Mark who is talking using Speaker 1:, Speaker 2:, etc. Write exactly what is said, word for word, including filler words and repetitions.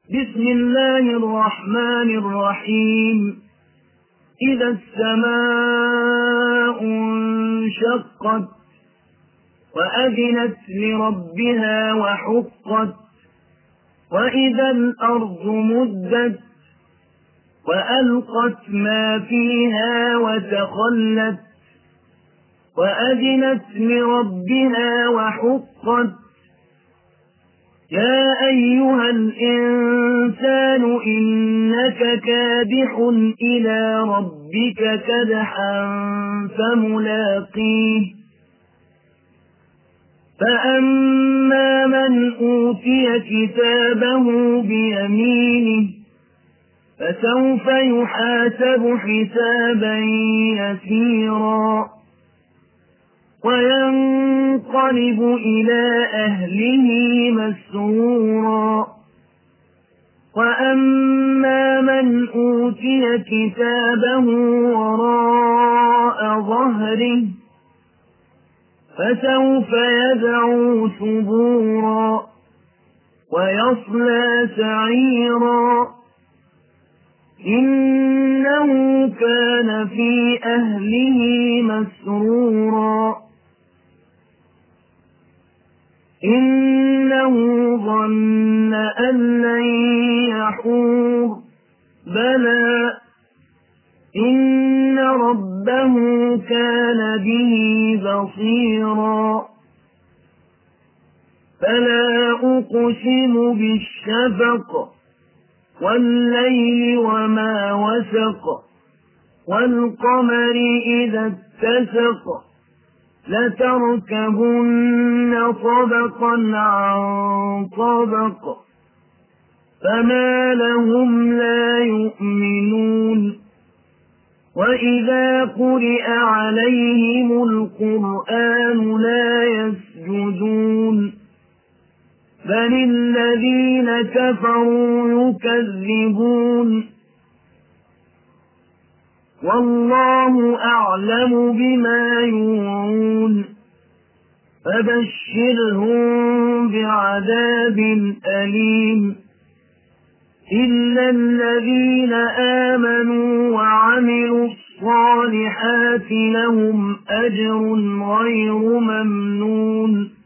Speaker 1: بسم الله الرحمن الرحيم. إذا السماء انشقت وأذنت لربها وحقت وإذا الأرض مدت وألقت ما فيها وتخلت وأذنت لربها وحقت يا أيها الإنسان إنك كادح إلى ربك كدحا فملاقيه فأما من أوتي كتابه بيمينه فسوف يحاسب حسابا يسيرا وينقلب إلى أهله مسرورا وأما من أوتي كتابه وراء ظهره فسوف يدعو ثبورا ويصلى سعيرا إنه كان في أهله مسرورا إنه ظن أن لن يحور بلى إن ربه كان به بصيرا فلا أقسم بالشفق والليل وما وسق والقمر إذا اتسق لتركبن طبقا عن طبق فما لهم لا يؤمنون وإذا قرئ عليهم القرآن لا يسجدون بل الذين كفروا يكذبون والله أعلم بما يوعون فبشرهم بعذاب أليم إلا الذين آمنوا وعملوا الصالحات لهم أجر غير ممنون